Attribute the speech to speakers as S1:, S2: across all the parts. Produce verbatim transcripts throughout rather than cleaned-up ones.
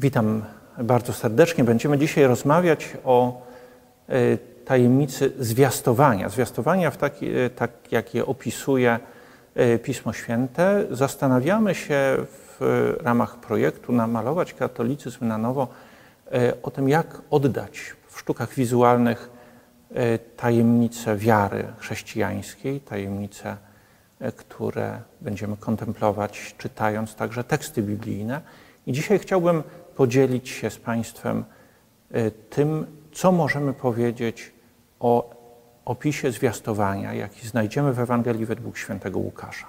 S1: Witam bardzo serdecznie. Będziemy dzisiaj rozmawiać o tajemnicy zwiastowania. Zwiastowania, w taki, tak jak je opisuje Pismo Święte. Zastanawiamy się w ramach projektu Namalować katolicyzm na nowo o tym, jak oddać w sztukach wizualnych tajemnice wiary chrześcijańskiej, tajemnice, które będziemy kontemplować, czytając także teksty biblijne. I dzisiaj chciałbym podzielić się z Państwem tym, co możemy powiedzieć o opisie zwiastowania, jaki znajdziemy w Ewangelii według świętego Łukasza.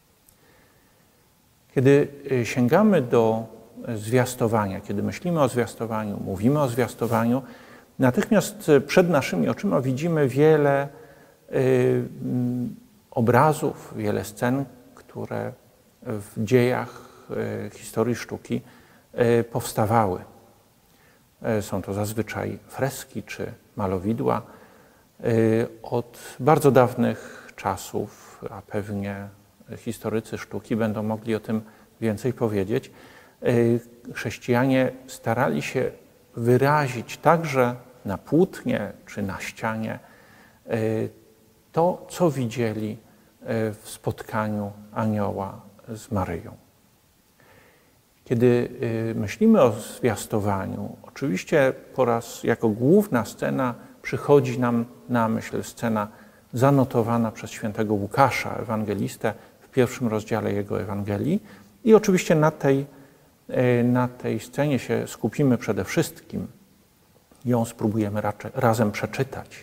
S1: Kiedy sięgamy do zwiastowania, kiedy myślimy o zwiastowaniu, mówimy o zwiastowaniu, natychmiast przed naszymi oczyma widzimy wiele y, obrazów, wiele scen, które w dziejach y, historii sztuki y, powstawały. Y, są to zazwyczaj freski czy malowidła y, od bardzo dawnych czasów, a pewnie historycy sztuki będą mogli o tym więcej powiedzieć. Y, chrześcijanie starali się wyrazić także na płótnie czy na ścianie to, co widzieli w spotkaniu anioła z Maryją. Kiedy myślimy o zwiastowaniu, oczywiście po raz jako główna scena przychodzi nam na myśl scena zanotowana przez świętego Łukasza, ewangelistę, w pierwszym rozdziale jego Ewangelii. I oczywiście na tej Na tej scenie się skupimy przede wszystkim. Ją spróbujemy raczej razem przeczytać.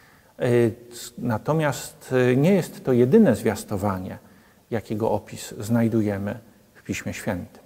S1: Natomiast nie jest to jedyne zwiastowanie, jakiego opis znajdujemy w Piśmie Świętym.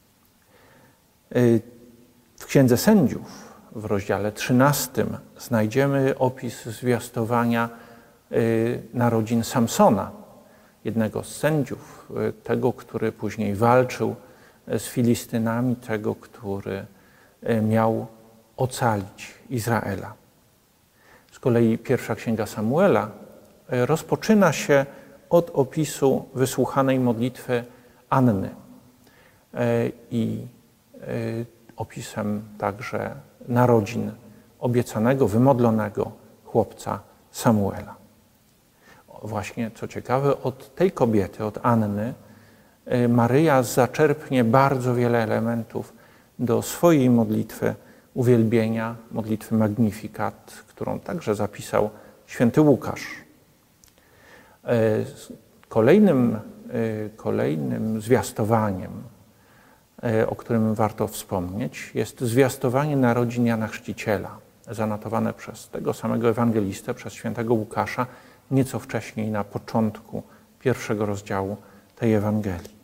S1: W Księdze Sędziów w rozdziale trzynastym znajdziemy opis zwiastowania narodzin Samsona, jednego z sędziów, tego, który później walczył z Filistynami, tego, który miał ocalić Izraela. Z kolei pierwsza księga Samuela rozpoczyna się od opisu wysłuchanej modlitwy Anny i opisem także narodzin obiecanego, wymodlonego chłopca Samuela. Właśnie, co ciekawe, od tej kobiety, od Anny, Maryja zaczerpnie bardzo wiele elementów do swojej modlitwy uwielbienia, modlitwy Magnificat, którą także zapisał święty Łukasz. Kolejnym, kolejnym zwiastowaniem, o którym warto wspomnieć, jest zwiastowanie narodzin Jana Chrzciciela, zanotowane przez tego samego ewangelistę, przez świętego Łukasza, nieco wcześniej na początku pierwszego rozdziału tej Ewangelii.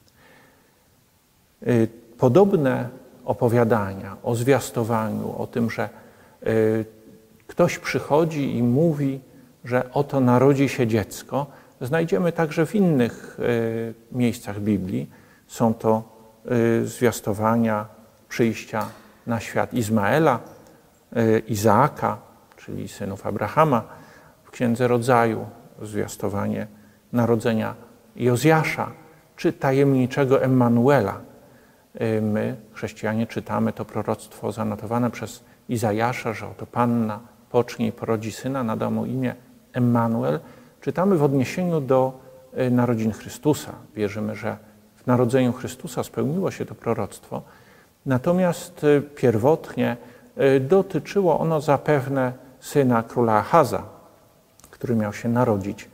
S1: Podobne opowiadania o zwiastowaniu, o tym, że ktoś przychodzi i mówi, że oto narodzi się dziecko, znajdziemy także w innych miejscach Biblii. Są to zwiastowania przyjścia na świat Izmaela, Izaaka, czyli synów Abrahama, w Księdze Rodzaju zwiastowanie narodzenia Jozjasza, czy tajemniczego Emmanuela. My, chrześcijanie, czytamy to proroctwo zanotowane przez Izajasza, że oto Panna pocznie i porodzi syna, nada mu imię Emmanuel. Czytamy w odniesieniu do narodzin Chrystusa. Wierzymy, że w narodzeniu Chrystusa spełniło się to proroctwo. Natomiast pierwotnie dotyczyło ono zapewne syna króla Achaza, który miał się narodzić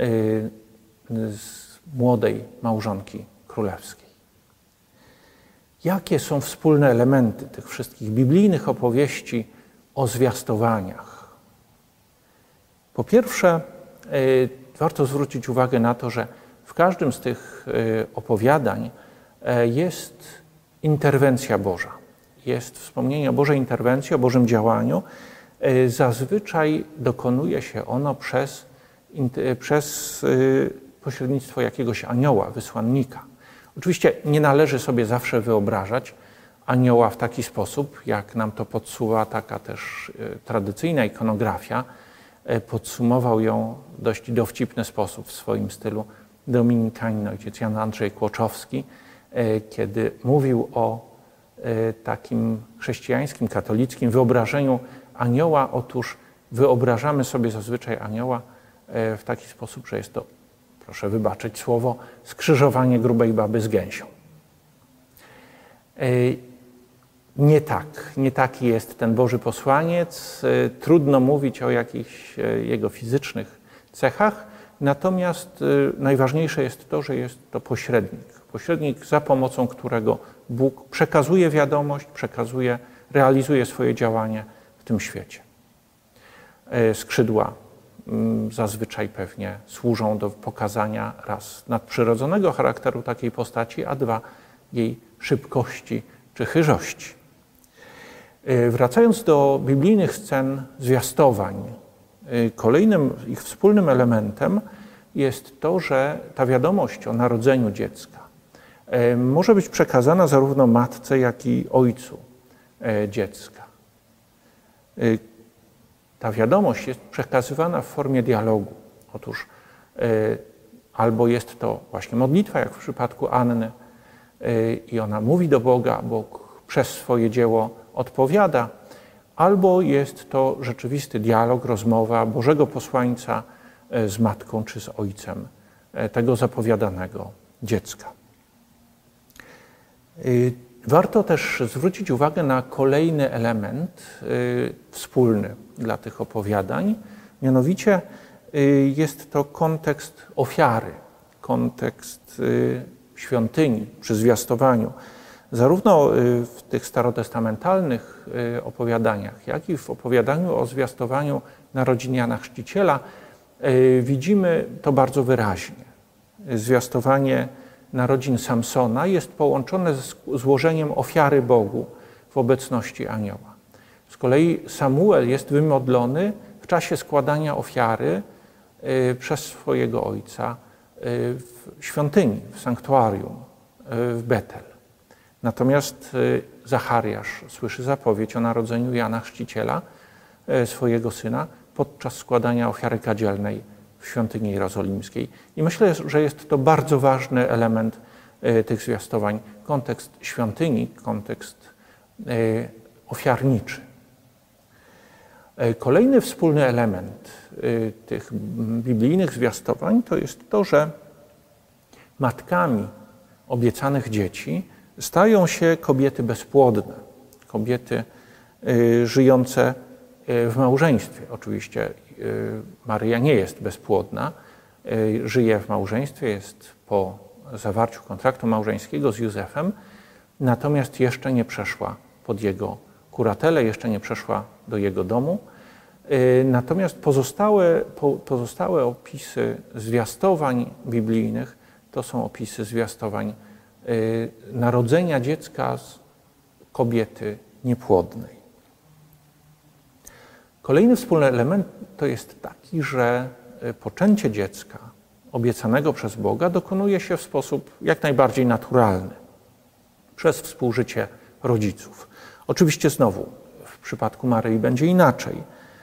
S1: z młodej małżonki królewskiej. Jakie są wspólne elementy tych wszystkich biblijnych opowieści o zwiastowaniach? Po pierwsze, warto zwrócić uwagę na to, że w każdym z tych opowiadań jest interwencja Boża. Jest wspomnienie o Bożej interwencji, o Bożym działaniu. Zazwyczaj dokonuje się ono przez, przez pośrednictwo jakiegoś anioła, wysłannika. Oczywiście nie należy sobie zawsze wyobrażać anioła w taki sposób, jak nam to podsuwa taka też tradycyjna ikonografia. Podsumował ją w dość dowcipny sposób w swoim stylu dominikanin ojciec Jan Andrzej Kłoczowski, kiedy mówił o takim chrześcijańskim, katolickim wyobrażeniu anioła. Otóż wyobrażamy sobie zazwyczaj anioła w taki sposób, że jest to, proszę wybaczyć słowo, skrzyżowanie grubej baby z gęsią. Nie tak, nie taki jest ten Boży posłaniec. Trudno mówić o jakichś jego fizycznych cechach, natomiast najważniejsze jest to, że jest to pośrednik. Pośrednik, za pomocą którego Bóg przekazuje wiadomość, przekazuje, realizuje swoje działanie w tym świecie. Skrzydła zazwyczaj pewnie służą do pokazania raz nadprzyrodzonego charakteru takiej postaci, a dwa jej szybkości czy chyżości. Wracając do biblijnych scen zwiastowań, kolejnym ich wspólnym elementem jest to, że ta wiadomość o narodzeniu dziecka może być przekazana zarówno matce, jak i ojcu dziecka. Ta wiadomość jest przekazywana w formie dialogu. Otóż albo jest to właśnie modlitwa, jak w przypadku Anny, i ona mówi do Boga, Bóg przez swoje dzieło odpowiada, albo jest to rzeczywisty dialog, rozmowa Bożego posłańca z matką czy z ojcem tego zapowiadanego dziecka. Warto też zwrócić uwagę na kolejny element wspólny dla tych opowiadań, mianowicie jest to kontekst ofiary, kontekst świątyni przy zwiastowaniu. Zarówno w tych starotestamentalnych opowiadaniach, jak i w opowiadaniu o zwiastowaniu narodzin Jana Chrzciciela widzimy to bardzo wyraźnie. Zwiastowanie narodzin Samsona jest połączone z złożeniem ofiary Bogu w obecności anioła. Z kolei Samuel jest wymodlony w czasie składania ofiary przez swojego ojca w świątyni, w sanktuarium w Betel. Natomiast Zachariasz słyszy zapowiedź o narodzeniu Jana Chrzciciela, swojego syna, podczas składania ofiary kadzielnej w świątyni jerozolimskiej. I myślę, że jest to bardzo ważny element tych zwiastowań. Kontekst świątyni, kontekst ofiarniczy. Kolejny wspólny element tych biblijnych zwiastowań to jest to, że matkami obiecanych dzieci stają się kobiety bezpłodne, kobiety żyjące w małżeństwie. Oczywiście Maryja nie jest bezpłodna, żyje w małżeństwie, jest po zawarciu kontraktu małżeńskiego z Józefem, natomiast jeszcze nie przeszła pod jego kuratelę, jeszcze nie przeszła do jego domu. Natomiast pozostałe, pozostałe opisy zwiastowań biblijnych to są opisy zwiastowań narodzenia dziecka z kobiety niepłodnej. Kolejny wspólny element to jest taki, że poczęcie dziecka obiecanego przez Boga dokonuje się w sposób jak najbardziej naturalny, przez współżycie rodziców. Oczywiście znowu w przypadku Maryi będzie inaczej.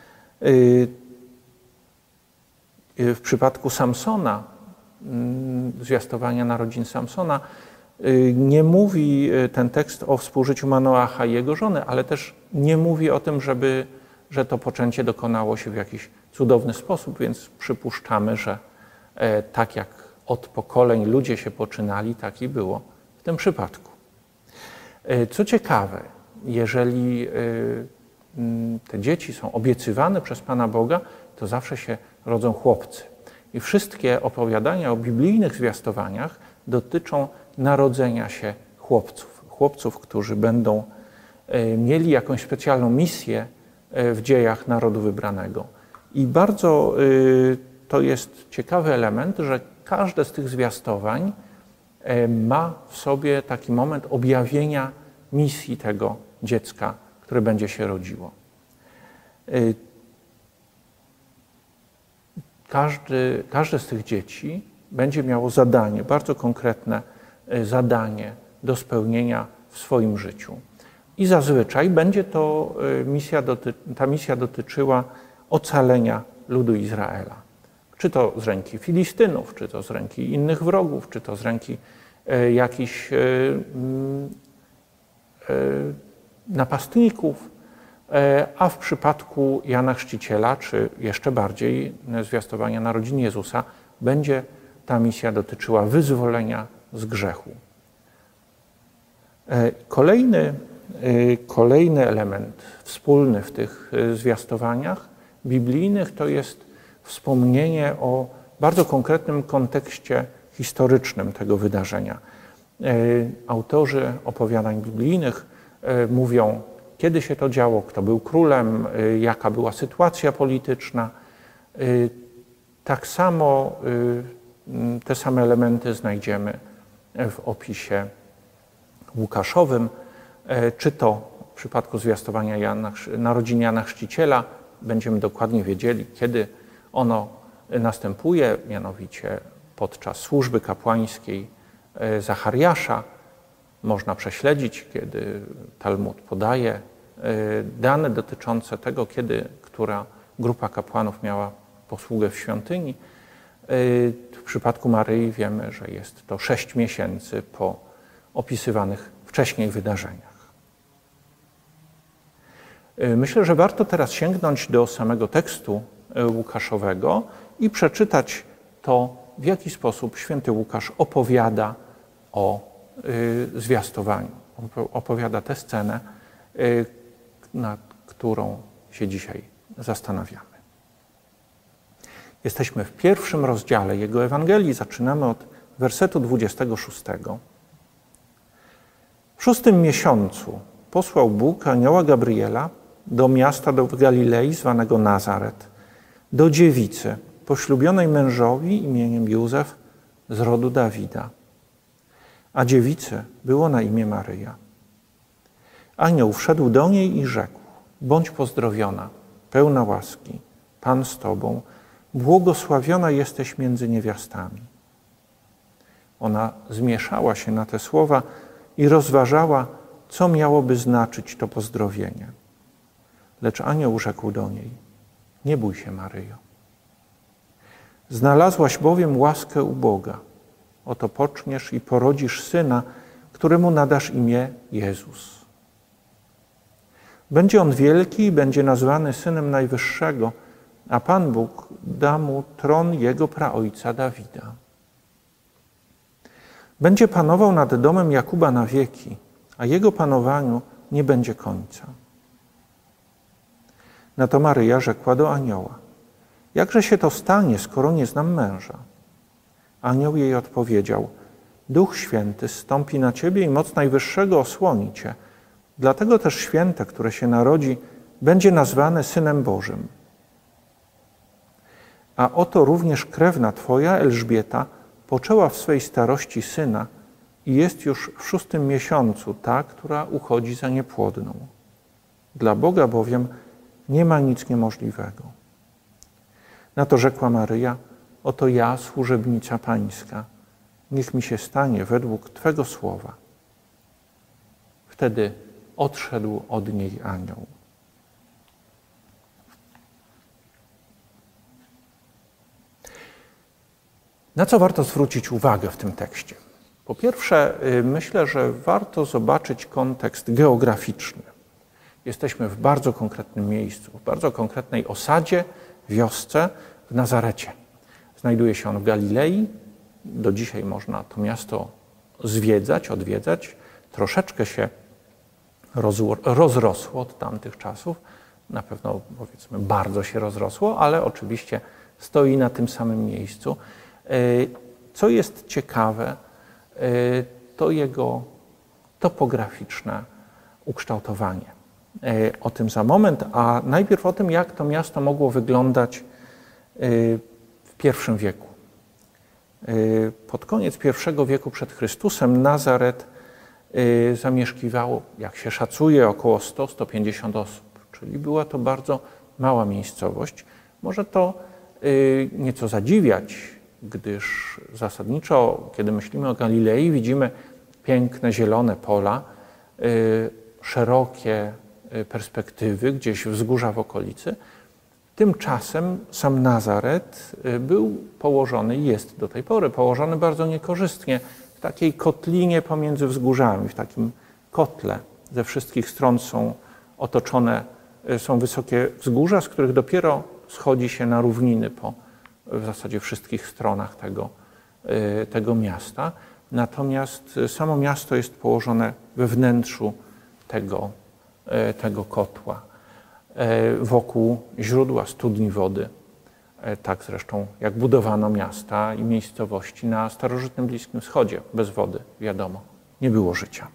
S1: W przypadku Samsona, zwiastowania narodzin Samsona, nie mówi ten tekst o współżyciu Manoacha i jego żony, ale też nie mówi o tym, żeby, że to poczęcie dokonało się w jakiś cudowny sposób, więc przypuszczamy, że tak jak od pokoleń ludzie się poczynali, tak i było w tym przypadku. Co ciekawe, jeżeli te dzieci są obiecywane przez Pana Boga, to zawsze się rodzą chłopcy. I wszystkie opowiadania o biblijnych zwiastowaniach dotyczą narodzenia się chłopców. Chłopców, którzy będą mieli jakąś specjalną misję w dziejach narodu wybranego. I bardzo to jest ciekawy element, że każde z tych zwiastowań ma w sobie taki moment objawienia misji tego dziecka, które będzie się rodziło. Każdy, każde z tych dzieci będzie miało zadanie, bardzo konkretne zadanie do spełnienia w swoim życiu. I zazwyczaj będzie to misja, ta misja dotyczyła ocalenia ludu Izraela. Czy to z ręki Filistynów, czy to z ręki innych wrogów, czy to z ręki jakichś napastników, a w przypadku Jana Chrzciciela, czy jeszcze bardziej zwiastowania narodzin Jezusa, będzie ta misja dotyczyła wyzwolenia z grzechu. Kolejny, kolejny element wspólny w tych zwiastowaniach biblijnych to jest wspomnienie o bardzo konkretnym kontekście historycznym tego wydarzenia. Autorzy opowiadań biblijnych mówią, kiedy się to działo, kto był królem, jaka była sytuacja polityczna. Tak samo te same elementy znajdziemy w opisie łukaszowym, czy to w przypadku zwiastowania Jana, narodzin Jana Chrzciciela będziemy dokładnie wiedzieli, kiedy ono następuje, mianowicie podczas służby kapłańskiej Zachariasza. Można prześledzić, kiedy Talmud podaje dane dotyczące tego, kiedy która grupa kapłanów miała posługę w świątyni. W przypadku Maryi wiemy, że jest to sześć miesięcy po opisywanych wcześniej wydarzeniach. Myślę, że warto teraz sięgnąć do samego tekstu łukaszowego i przeczytać to, w jaki sposób święty Łukasz opowiada o zwiastowaniu. Opowiada tę scenę, nad którą się dzisiaj zastanawiamy. Jesteśmy w pierwszym rozdziale jego Ewangelii. Zaczynamy od wersetu dwudziestego szóstego. W szóstym miesiącu posłał Bóg anioła Gabriela do miasta do Galilei zwanego Nazaret, do dziewicy poślubionej mężowi imieniem Józef z rodu Dawida. A dziewicy było na imię Maryja. Anioł wszedł do niej i rzekł: bądź pozdrowiona, pełna łaski, Pan z tobą, błogosławiona jesteś między niewiastami. Ona zmieszała się na te słowa i rozważała, co miałoby znaczyć to pozdrowienie. Lecz anioł rzekł do niej: nie bój się, Maryjo. Znalazłaś bowiem łaskę u Boga. Oto poczniesz i porodzisz syna, któremu nadasz imię Jezus. Będzie on wielki i będzie nazwany Synem Najwyższego, a Pan Bóg da mu tron jego praojca Dawida. Będzie panował nad domem Jakuba na wieki, a jego panowaniu nie będzie końca. Na to Maryja rzekła do anioła: jakże się to stanie, skoro nie znam męża? Anioł jej odpowiedział: Duch Święty zstąpi na ciebie i moc Najwyższego osłoni cię. Dlatego też święte, które się narodzi, będzie nazwane Synem Bożym. A oto również krewna twoja, Elżbieta, poczęła w swej starości syna i jest już w szóstym miesiącu ta, która uchodzi za niepłodną. Dla Boga bowiem nie ma nic niemożliwego. Na to rzekła Maryja: oto ja, służebnica Pańska, niech mi się stanie według Twego słowa. Wtedy odszedł od niej anioł. Na co warto zwrócić uwagę w tym tekście? Po pierwsze, myślę, że warto zobaczyć kontekst geograficzny. Jesteśmy w bardzo konkretnym miejscu, w bardzo konkretnej osadzie, wiosce w Nazarecie. Znajduje się on w Galilei. Do dzisiaj można to miasto zwiedzać, odwiedzać. Troszeczkę się rozrosło od tamtych czasów. Na pewno, powiedzmy, bardzo się rozrosło, ale oczywiście stoi na tym samym miejscu. Co jest ciekawe, to jego topograficzne ukształtowanie. O tym za moment, a najpierw o tym, jak to miasto mogło wyglądać w pierwszym wieku. Pod koniec pierwszego wieku przed Chrystusem Nazaret zamieszkiwało, jak się szacuje, około sto do stu pięćdziesięciu osób, czyli była to bardzo mała miejscowość. Może to nieco zadziwiać, gdyż zasadniczo, kiedy myślimy o Galilei, widzimy piękne, zielone pola, szerokie perspektywy, gdzieś wzgórza w okolicy. Tymczasem sam Nazaret był położony i jest do tej pory położony bardzo niekorzystnie w takiej kotlinie pomiędzy wzgórzami, w takim kotle Ze wszystkich stron są otoczone, są wysokie wzgórza, z których dopiero schodzi się na równiny po w zasadzie wszystkich stronach tego, tego miasta. Natomiast samo miasto jest położone we wnętrzu tego, tego kotła, wokół źródła studni wody. Tak zresztą jak budowano miasta i miejscowości na starożytnym Bliskim Wschodzie. Bez wody, wiadomo, nie było życia.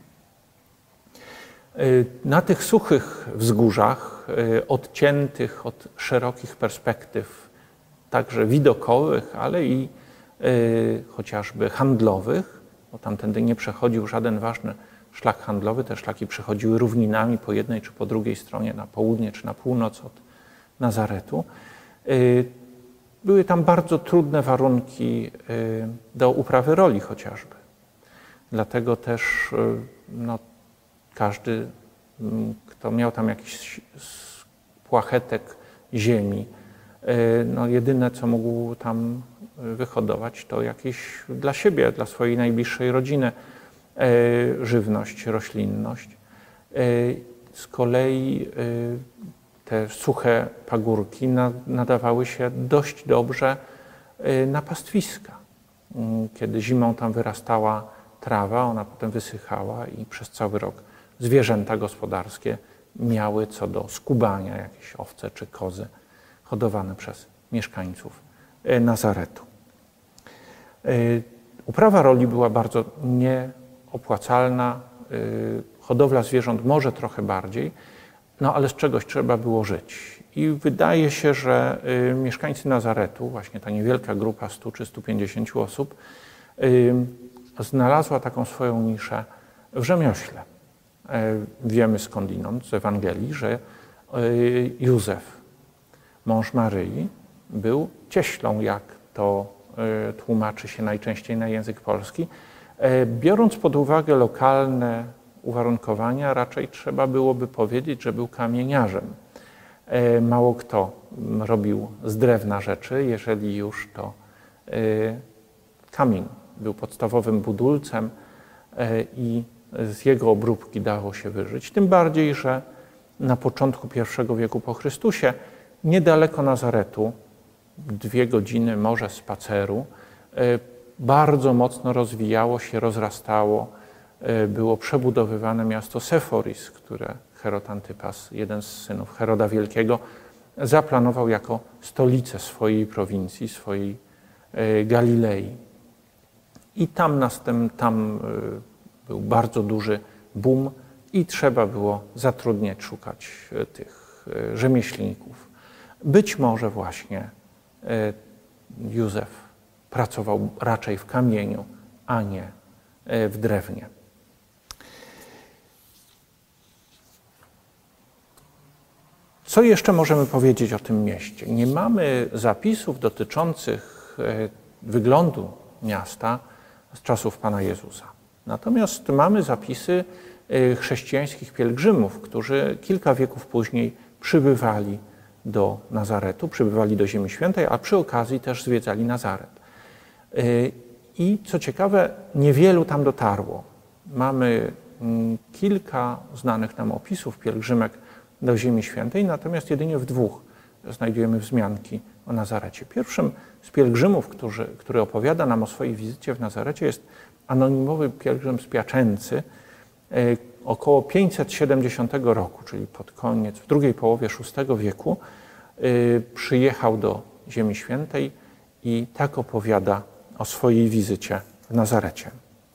S1: Na tych suchych wzgórzach, odciętych od szerokich perspektyw, także widokowych, ale i y, chociażby handlowych, bo tamtędy nie przechodził żaden ważny szlak handlowy, te szlaki przechodziły równinami po jednej czy po drugiej stronie, na południe czy na północ od Nazaretu. Y, były tam bardzo trudne warunki y, do uprawy roli chociażby. Dlatego też y, no, każdy, kto miał tam jakiś płachetek ziemi, no jedyne, co mógł tam wyhodować, to jakieś dla siebie, dla swojej najbliższej rodziny żywność, roślinność. Z kolei te suche pagórki nadawały się dość dobrze na pastwiska. Kiedy zimą tam wyrastała trawa, ona potem wysychała i przez cały rok zwierzęta gospodarskie miały co do skubania jakieś owce czy kozy hodowane przez mieszkańców Nazaretu. Uprawa roli była bardzo nieopłacalna, hodowla zwierząt może trochę bardziej, no ale z czegoś trzeba było żyć. I wydaje się, że mieszkańcy Nazaretu, właśnie ta niewielka grupa stu czy stu pięćdziesięciu osób, znalazła taką swoją niszę w rzemiośle. Wiemy skądinąd z Ewangelii, że Józef, mąż Maryi, był cieślą, jak to tłumaczy się najczęściej na język polski. Biorąc pod uwagę lokalne uwarunkowania, raczej trzeba byłoby powiedzieć, że był kamieniarzem. Mało kto robił z drewna rzeczy, jeżeli już to kamień był podstawowym budulcem i z jego obróbki dało się wyżyć. Tym bardziej, że na początku pierwszego wieku po Chrystusie, niedaleko Nazaretu, dwie godziny może spaceru, bardzo mocno rozwijało się, rozrastało, było przebudowywane miasto Seforis, które Herod Antypas, jeden z synów Heroda Wielkiego, zaplanował jako stolicę swojej prowincji, swojej Galilei. I tam, następ, tam był bardzo duży boom i trzeba było zatrudniać, szukać tych rzemieślników. Być może właśnie Józef pracował raczej w kamieniu, a nie w drewnie. Co jeszcze możemy powiedzieć o tym mieście? Nie mamy zapisów dotyczących wyglądu miasta z czasów Pana Jezusa. Natomiast mamy zapisy chrześcijańskich pielgrzymów, którzy kilka wieków później przybywali do Nazaretu, przybywali do Ziemi Świętej, a przy okazji też zwiedzali Nazaret. I co ciekawe, niewielu tam dotarło. Mamy kilka znanych nam opisów pielgrzymek do Ziemi Świętej, natomiast jedynie w dwóch znajdujemy wzmianki o Nazarecie. Pierwszym z pielgrzymów, który, który opowiada nam o swojej wizycie w Nazarecie, jest anonimowy pielgrzym z Piaczęcy, około pięćset siedemdziesiątego roku, czyli pod koniec, w drugiej połowie szóstego wieku, przyjechał do Ziemi Świętej i tak opowiada o swojej wizycie w Nazarecie.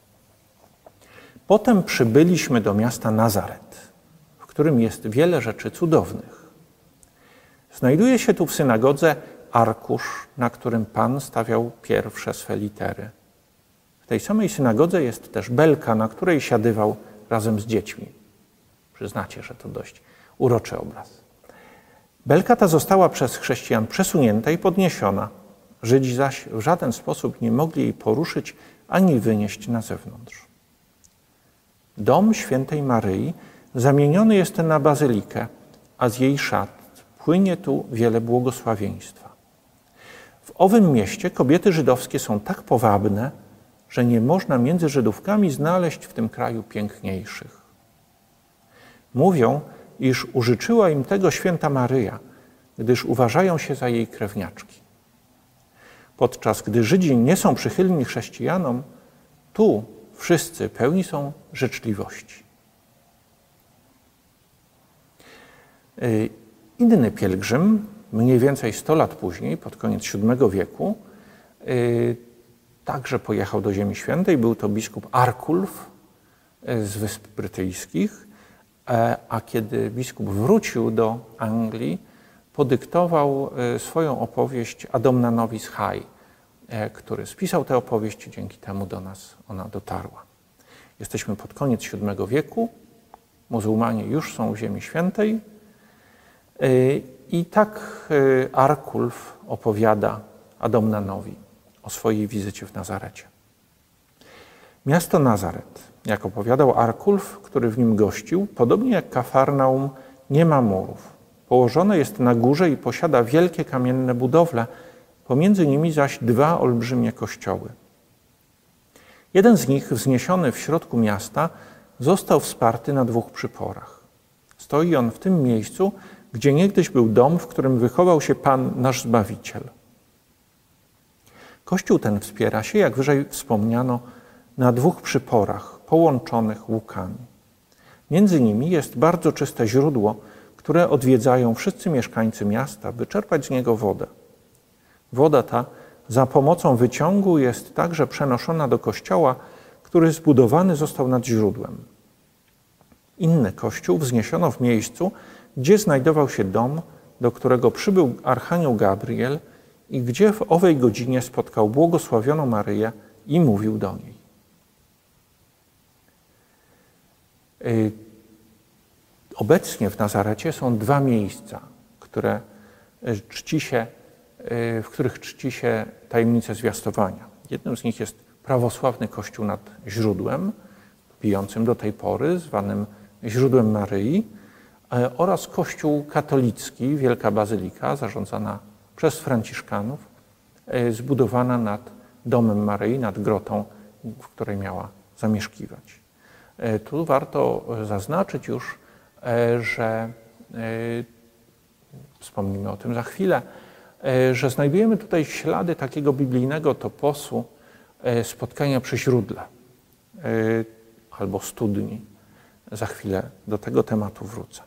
S1: Potem przybyliśmy do miasta Nazaret, w którym jest wiele rzeczy cudownych. Znajduje się tu w synagodze arkusz, na którym Pan stawiał pierwsze swe litery. W tej samej synagodze jest też belka, na której siadywał razem z dziećmi. Przyznacie, że to dość uroczy obraz. Belka ta została przez chrześcijan przesunięta i podniesiona. Żydzi zaś w żaden sposób nie mogli jej poruszyć ani wynieść na zewnątrz. Dom świętej Maryi zamieniony jest na bazylikę, a z jej szat płynie tu wiele błogosławieństwa. W owym mieście kobiety żydowskie są tak powabne, że nie można między Żydówkami znaleźć w tym kraju piękniejszych. Mówią, iż użyczyła im tego święta Maryja, gdyż uważają się za jej krewniaczki. Podczas gdy Żydzi nie są przychylni chrześcijanom, tu wszyscy pełni są życzliwości. Inny pielgrzym, mniej więcej sto lat później, pod koniec siódmego wieku, także pojechał do Ziemi Świętej. Był to biskup Arkulf z Wysp Brytyjskich, a kiedy biskup wrócił do Anglii, podyktował swoją opowieść Adamnanowi z High, który spisał tę opowieść i dzięki temu do nas ona dotarła. Jesteśmy pod koniec siódmego wieku, muzułmanie już są w Ziemi Świętej i tak Arkulf opowiada Adamnanowi o swojej wizycie w Nazarecie. Miasto Nazaret, jak opowiadał Arkulf, który w nim gościł, podobnie jak Kafarnaum, nie ma murów. Położone jest na górze i posiada wielkie kamienne budowle, pomiędzy nimi zaś dwa olbrzymie kościoły. Jeden z nich, wzniesiony w środku miasta, został wsparty na dwóch przyporach. Stoi on w tym miejscu, gdzie niegdyś był dom, w którym wychował się Pan, nasz Zbawiciel. Kościół ten wspiera się, jak wyżej wspomniano, na dwóch przyporach połączonych łukami. Między nimi jest bardzo czyste źródło, które odwiedzają wszyscy mieszkańcy miasta, by czerpać z niego wodę. Woda ta za pomocą wyciągu jest także przenoszona do kościoła, który zbudowany został nad źródłem. Inny kościół wzniesiono w miejscu, gdzie znajdował się dom, do którego przybył archanioł Gabriel i gdzie w owej godzinie spotkał błogosławioną Maryję i mówił do niej. Obecnie w Nazarecie są dwa miejsca, które czci się, w których czci się tajemnicę zwiastowania. Jednym z nich jest prawosławny kościół nad źródłem, pijącym do tej pory, zwanym źródłem Maryi, oraz kościół katolicki, Wielka Bazylika, zarządzana przez Franciszkanów, zbudowana nad domem Maryi, nad grotą, w której miała zamieszkiwać. Tu warto zaznaczyć już, że wspomnimy o tym za chwilę, że znajdujemy tutaj ślady takiego biblijnego toposu spotkania przy źródle albo studni. Za chwilę do tego tematu wrócę.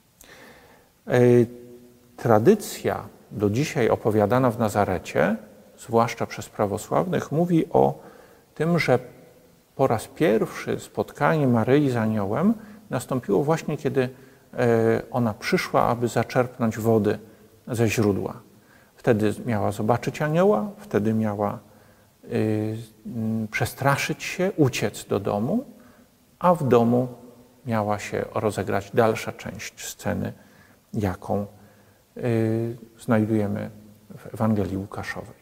S1: Tradycja do dzisiaj opowiadana w Nazarecie, zwłaszcza przez prawosławnych, mówi o tym, że po raz pierwszy spotkanie Maryi z aniołem nastąpiło właśnie, kiedy ona przyszła, aby zaczerpnąć wody ze źródła. Wtedy miała zobaczyć anioła, wtedy miała y, przestraszyć się, uciec do domu, a w domu miała się rozegrać dalsza część sceny, jaką y, znajdujemy w Ewangelii Łukaszowej.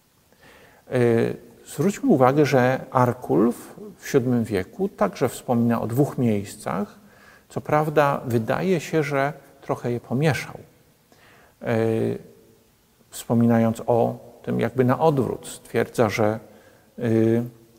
S1: Y, zwróćmy uwagę, że Arkulf w siódmym wieku także wspomina o dwóch miejscach. Co prawda wydaje się, że trochę je pomieszał, y, wspominając o tym jakby na odwrót. Stwierdza, że y,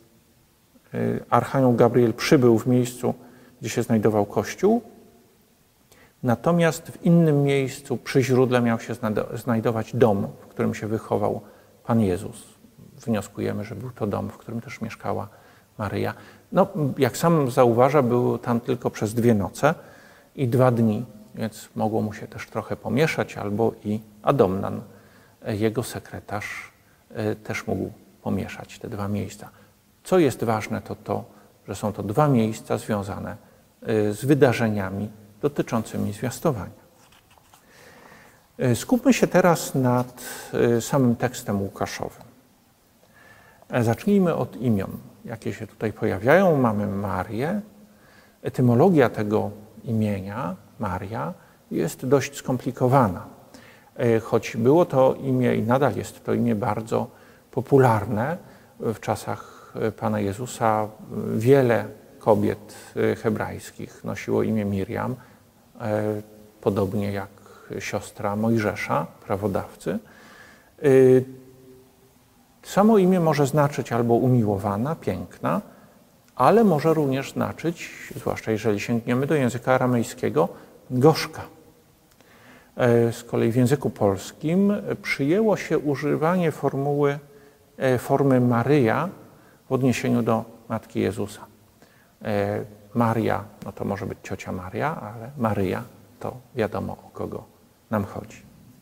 S1: y, archanioł Gabriel przybył w miejscu, gdzie się znajdował kościół, natomiast w innym miejscu przy źródle miał się znajdować dom, w którym się wychował Pan Jezus. Wnioskujemy, że był to dom, w którym też mieszkała Maryja. No, jak sam zauważa, był tam tylko przez dwie noce i dwa dni, więc mogło mu się też trochę pomieszać, albo i Adamnan, jego sekretarz, też mógł pomieszać te dwa miejsca. Co jest ważne, to to, że są to dwa miejsca związane z wydarzeniami dotyczącymi zwiastowania. Skupmy się teraz nad samym tekstem łukaszowym. Zacznijmy od imion, jakie się tutaj pojawiają. Mamy Marię. Etymologia tego imienia, Maria, jest dość skomplikowana. Choć było to imię i nadal jest to imię bardzo popularne, w czasach Pana Jezusa wiele kobiet hebrajskich nosiło imię Miriam, podobnie jak siostra Mojżesza, prawodawcy. Samo imię może znaczyć albo umiłowana, piękna, ale może również znaczyć, zwłaszcza jeżeli sięgniemy do języka aramejskiego, gorzka. Z kolei w języku polskim przyjęło się używanie formuły, formy Maryja w odniesieniu do Matki Jezusa. Maria, no to może być ciocia Maria, ale Maryja to wiadomo, o kogo nam chodzi.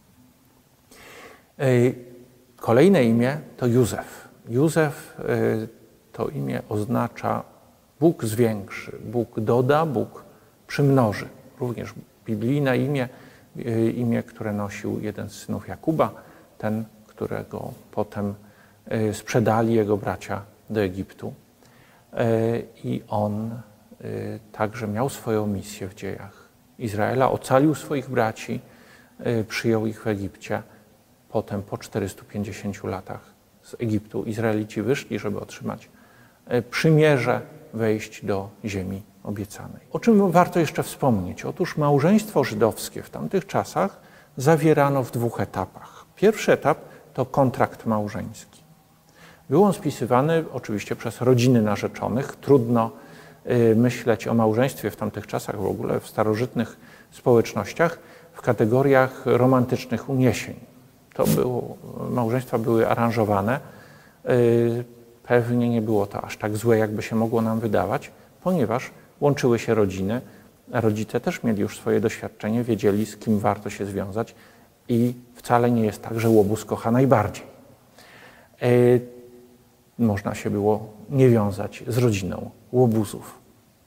S1: Kolejne imię to Józef. Józef to imię oznacza Bóg zwiększy, Bóg doda, Bóg przymnoży. Również biblijne imię, imię, które nosił jeden z synów Jakuba, ten, którego potem sprzedali jego bracia do Egiptu. I on także miał swoją misję w dziejach Izraela, ocalił swoich braci, przyjął ich w Egipcie. Potem po czterystu pięćdziesięciu latach z Egiptu Izraelici wyszli, żeby otrzymać przymierze, wejść do ziemi obiecanej. O czym warto jeszcze wspomnieć? Otóż małżeństwo żydowskie w tamtych czasach zawierano w dwóch etapach. Pierwszy etap to kontrakt małżeński. Był on spisywany oczywiście przez rodziny narzeczonych. Trudno y, myśleć o małżeństwie w tamtych czasach, w ogóle w starożytnych społecznościach, w kategoriach romantycznych uniesień. To było, małżeństwa były aranżowane. Y, pewnie nie było to aż tak złe, jakby się mogło nam wydawać, ponieważ łączyły się rodziny, a rodzice też mieli już swoje doświadczenie, wiedzieli, z kim warto się związać i wcale nie jest tak, że łobuz kocha najbardziej. Y, Można się było nie wiązać z rodziną łobuzów.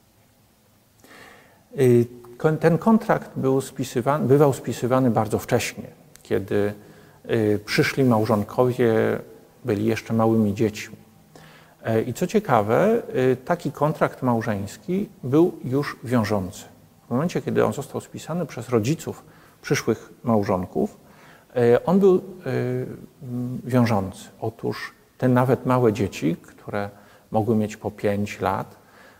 S1: Ten kontrakt był spisywany, bywał spisywany bardzo wcześnie, kiedy przyszli małżonkowie byli jeszcze małymi dziećmi. I co ciekawe, taki kontrakt małżeński był już wiążący. W momencie, kiedy on został spisany przez rodziców przyszłych małżonków, on był wiążący. Otóż te nawet małe dzieci, które mogły mieć po pięć lat,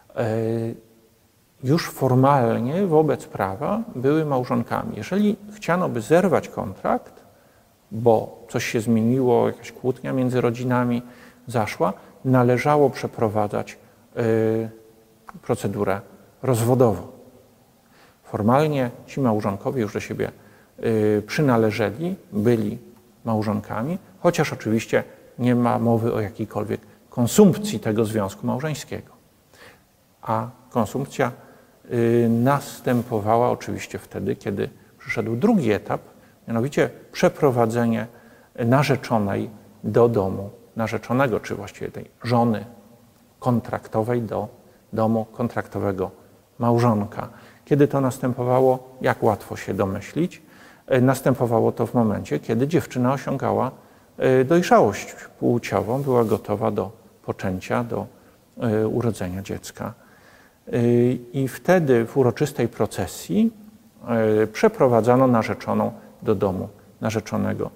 S1: już formalnie wobec prawa były małżonkami. Jeżeli chciano by zerwać kontrakt, bo coś się zmieniło, jakaś kłótnia między rodzinami zaszła, należało przeprowadzać procedurę rozwodową. Formalnie ci małżonkowie już do siebie przynależeli, byli małżonkami, chociaż oczywiście nie ma mowy o jakiejkolwiek konsumpcji tego związku małżeńskiego. A konsumpcja y, następowała oczywiście wtedy, kiedy przyszedł drugi etap, mianowicie przeprowadzenie narzeczonej do domu narzeczonego, czy właściwie tej żony kontraktowej do domu kontraktowego małżonka. Kiedy to następowało, jak łatwo się domyślić, y, następowało to w momencie, kiedy dziewczyna osiągała dojrzałość płciową, była gotowa do poczęcia, do urodzenia dziecka. I wtedy w uroczystej procesji przeprowadzano narzeczoną do domu narzeczonego.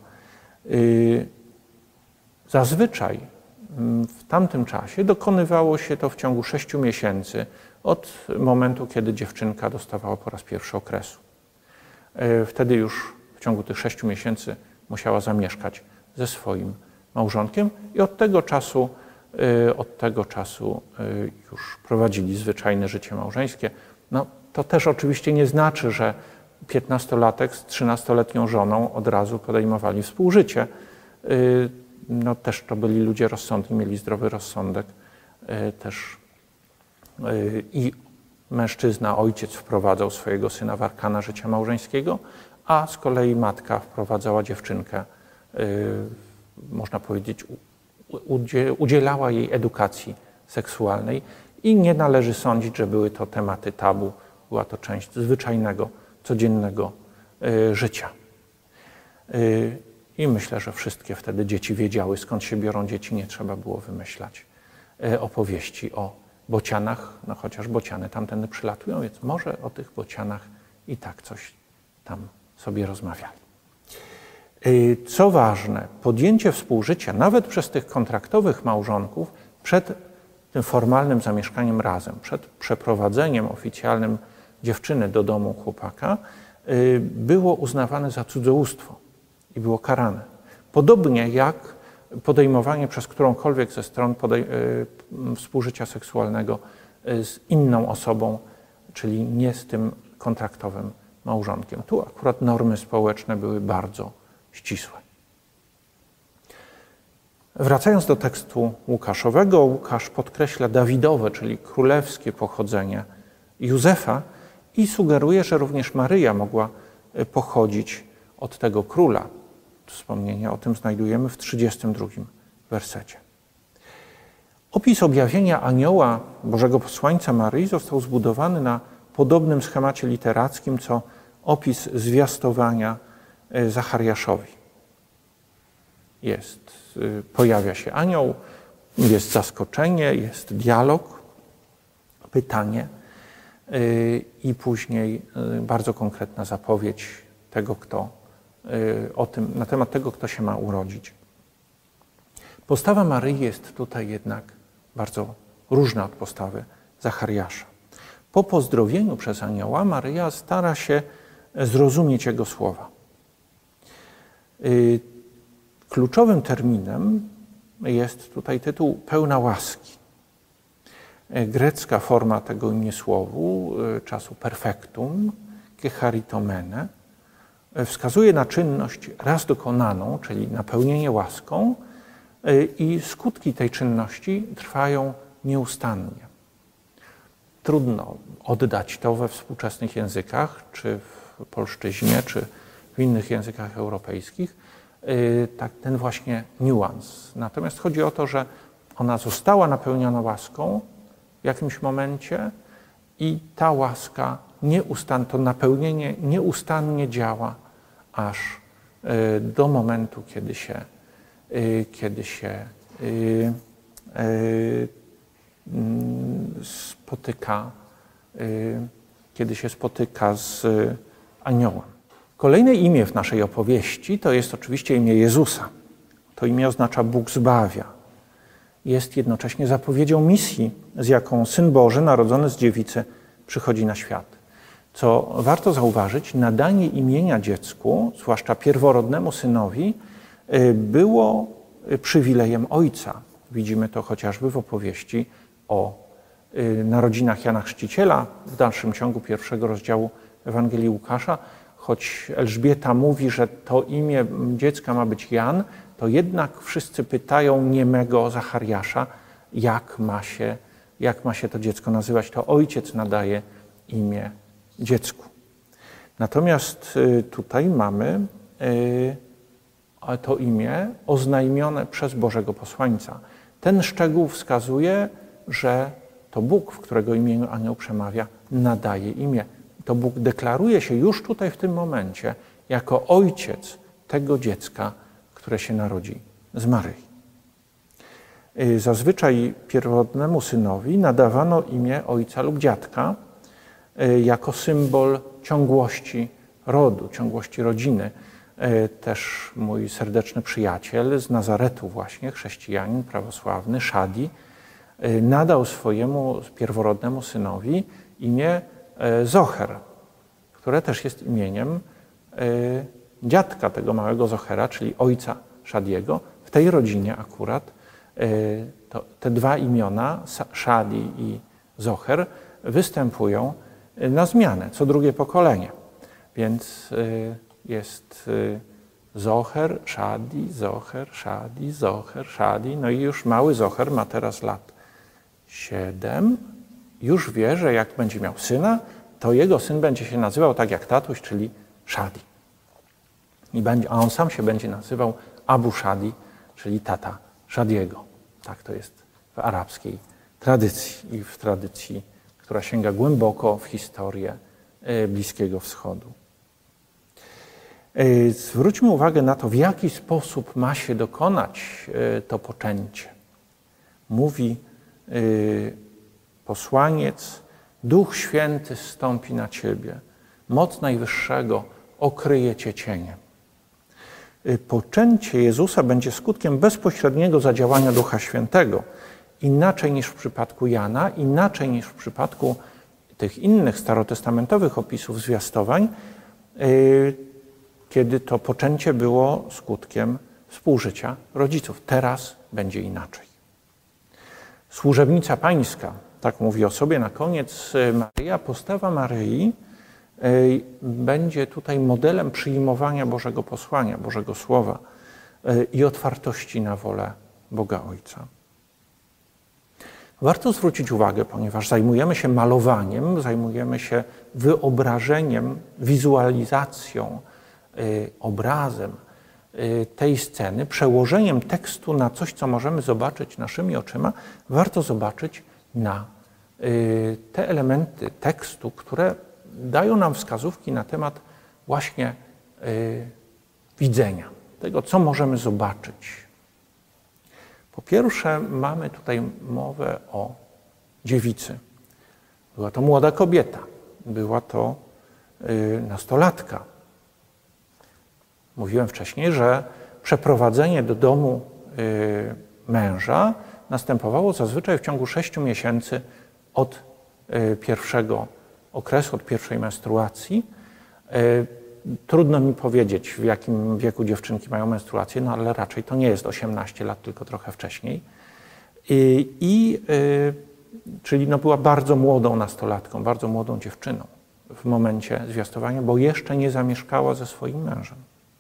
S1: Zazwyczaj w tamtym czasie dokonywało się to w ciągu sześciu miesięcy od momentu, kiedy dziewczynka dostawała po raz pierwszy okresu. Wtedy już w ciągu tych sześciu miesięcy musiała zamieszkać ze swoim małżonkiem i od tego czasu, od tego czasu już prowadzili zwyczajne życie małżeńskie. No, to też oczywiście nie znaczy, że piętnastolatek z trzynastoletnią żoną od razu podejmowali współżycie. No, też to byli ludzie rozsądni, mieli zdrowy rozsądek. Też i mężczyzna, ojciec wprowadzał swojego syna w arkana życia małżeńskiego, a z kolei matka wprowadzała dziewczynkę, można powiedzieć, udzielała jej edukacji seksualnej i nie należy sądzić, że były to tematy tabu, była to część zwyczajnego, codziennego życia. I myślę, że wszystkie wtedy dzieci wiedziały, skąd się biorą dzieci, nie trzeba było wymyślać opowieści o bocianach, no chociaż bociany tamtędy przylatują, więc może o tych bocianach i tak coś tam sobie rozmawiali. Co ważne, podjęcie współżycia nawet przez tych kontraktowych małżonków przed tym formalnym zamieszkaniem razem, przed przeprowadzeniem oficjalnym dziewczyny do domu chłopaka, było uznawane za cudzołóstwo i było karane. Podobnie jak podejmowanie przez którąkolwiek ze stron podej- współżycia seksualnego z inną osobą, czyli nie z tym kontraktowym małżonkiem. Tu akurat normy społeczne były bardzo ścisłe. Wracając do tekstu Łukaszowego, Łukasz podkreśla Dawidowe, czyli królewskie pochodzenie Józefa i sugeruje, że również Maryja mogła pochodzić od tego króla. Wspomnienie o tym znajdujemy w trzydziestym drugim wersecie. Opis objawienia anioła Bożego Posłańca Maryi został zbudowany na podobnym schemacie literackim, co opis zwiastowania Zachariaszowi. Jest, pojawia się anioł, jest zaskoczenie, jest dialog, pytanie i później bardzo konkretna zapowiedź tego, kto, o tym, na temat tego, kto się ma urodzić. Postawa Maryi jest tutaj jednak bardzo różna od postawy Zachariasza. Po pozdrowieniu przez anioła Maryja stara się zrozumieć jego słowa. Kluczowym terminem jest tutaj tytuł pełna łaski. Grecka forma tego imiesłowu, czasu perfektum, kecharitomene, wskazuje na czynność raz dokonaną, czyli napełnienie łaską, i skutki tej czynności trwają nieustannie. Trudno oddać to we współczesnych językach, czy w polszczyźnie, czy w innych językach europejskich, tak, ten właśnie niuans. Natomiast chodzi o to, że ona została napełniona łaską w jakimś momencie i ta łaska, nieustan, to napełnienie nieustannie działa aż do momentu, kiedy się, kiedy się spotyka, kiedy się spotyka z aniołem. Kolejne imię w naszej opowieści to jest oczywiście imię Jezusa. To imię oznacza Bóg zbawia. Jest jednocześnie zapowiedzią misji, z jaką Syn Boży narodzony z dziewicy przychodzi na świat. Co warto zauważyć, nadanie imienia dziecku, zwłaszcza pierworodnemu synowi, było przywilejem ojca. Widzimy to chociażby w opowieści o narodzinach Jana Chrzciciela w dalszym ciągu pierwszego rozdziału Ewangelii Łukasza. Choć Elżbieta mówi, że to imię dziecka ma być Jan, to jednak wszyscy pytają niemego Zachariasza, jak ma się, jak ma się to dziecko nazywać. To ojciec nadaje imię dziecku. Natomiast tutaj mamy to imię oznajmione przez Bożego Posłańca. Ten szczegół wskazuje, że to Bóg, w którego imieniu anioł przemawia, nadaje imię. To Bóg deklaruje się już tutaj w tym momencie jako ojciec tego dziecka, które się narodzi z Maryi. Zazwyczaj pierworodnemu synowi nadawano imię ojca lub dziadka jako symbol ciągłości rodu, ciągłości rodziny. Też mój serdeczny przyjaciel z Nazaretu właśnie, chrześcijanin prawosławny, Szadi, nadał swojemu pierworodnemu synowi imię Zocher, które też jest imieniem dziadka tego małego Zochera, czyli ojca Szadiego. W tej rodzinie akurat to, te dwa imiona, Szadi i Zocher, występują na zmianę, co drugie pokolenie. Więc jest Zocher, Szadi, Zocher, Szadi, Zocher, Szadi. No i już mały Zocher ma teraz lat siedem. Już wie, że jak będzie miał syna, to jego syn będzie się nazywał tak jak tatuś, czyli Szadi. I będzie, a on sam się będzie nazywał Abu Szadi, czyli tata Szadiego. Tak to jest w arabskiej tradycji i w tradycji, która sięga głęboko w historię Bliskiego Wschodu. Zwróćmy uwagę na to, w jaki sposób ma się dokonać to poczęcie. Mówi posłaniec, Duch Święty zstąpi na ciebie, moc Najwyższego okryje cię cieniem. Poczęcie Jezusa będzie skutkiem bezpośredniego zadziałania Ducha Świętego. Inaczej niż w przypadku Jana, inaczej niż w przypadku tych innych starotestamentowych opisów zwiastowań, kiedy to poczęcie było skutkiem współżycia rodziców. Teraz będzie inaczej. Służebnica pańska, tak mówi o sobie na koniec Maryja, postawa Maryi będzie tutaj modelem przyjmowania Bożego posłania, Bożego Słowa i otwartości na wolę Boga Ojca. Warto zwrócić uwagę, ponieważ zajmujemy się malowaniem, zajmujemy się wyobrażeniem, wizualizacją, obrazem tej sceny, przełożeniem tekstu na coś, co możemy zobaczyć naszymi oczyma, warto zobaczyć na te elementy tekstu, które dają nam wskazówki na temat właśnie widzenia, tego, co możemy zobaczyć. Po pierwsze, mamy tutaj mowę o dziewicy. Była to młoda kobieta, była to nastolatka. Mówiłem wcześniej, że przeprowadzenie do domu męża następowało zazwyczaj w ciągu sześciu miesięcy od pierwszego okresu, od pierwszej menstruacji. Trudno mi powiedzieć, w jakim wieku dziewczynki mają menstruację, no ale raczej to nie jest osiemnaście lat, tylko trochę wcześniej. I, i czyli no była bardzo młodą nastolatką, bardzo młodą dziewczyną w momencie zwiastowania, bo jeszcze nie zamieszkała ze swoim mężem.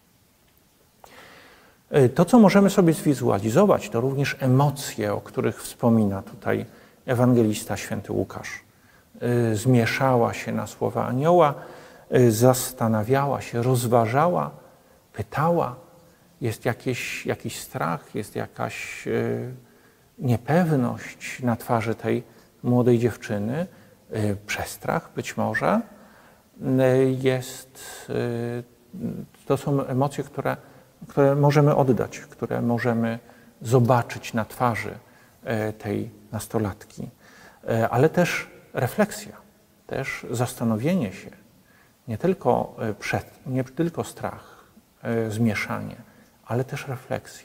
S1: To, co możemy sobie zwizualizować, to również emocje, o których wspomina tutaj ewangelista święty Łukasz. Zmieszała się na słowa anioła, zastanawiała się, rozważała, pytała. Jest jakiś, jakiś strach, jest jakaś niepewność na twarzy tej młodej dziewczyny, przestrach być może. Jest, to są emocje, które, które możemy oddać, które możemy zobaczyć na twarzy tej nastolatki, ale też refleksja, też zastanowienie się, nie tylko, przed, nie tylko strach, zmieszanie, ale też refleksja.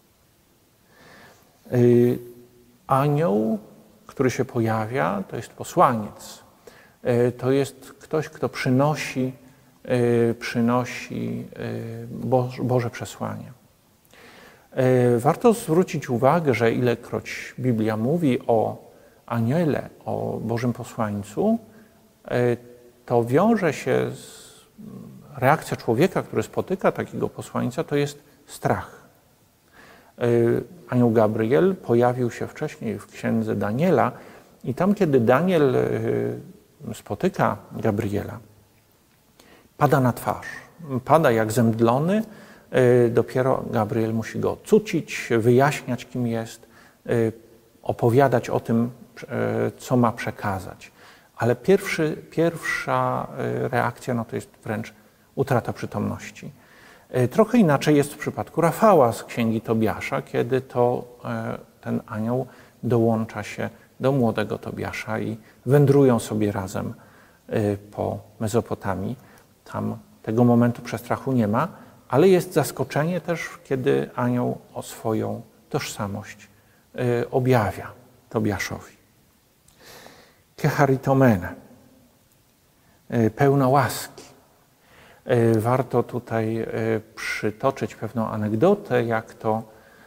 S1: Anioł, który się pojawia, to jest posłaniec. To jest ktoś, kto przynosi, przynosi Boże przesłanie. Warto zwrócić uwagę, że ilekroć Biblia mówi o aniele, o Bożym posłańcu, to wiąże się z reakcja człowieka, który spotyka takiego posłańca, to jest strach. Anioł Gabriel pojawił się wcześniej w księdze Daniela i tam, kiedy Daniel spotyka Gabriela, pada na twarz, pada jak zemdlony, dopiero Gabriel musi go cucić, wyjaśniać, kim jest, opowiadać o tym, co ma przekazać. Ale pierwszy, pierwsza reakcja no to jest wręcz utrata przytomności. Trochę inaczej jest w przypadku Rafała z księgi Tobiasza, kiedy to ten anioł dołącza się do młodego Tobiasza i wędrują sobie razem po Mezopotamii. Tam tego momentu przestrachu nie ma, ale jest zaskoczenie też, kiedy anioł o swoją tożsamość objawia Tobiaszowi. Kecharitomene, pełna łaski. Warto tutaj przytoczyć pewną anegdotę, jak to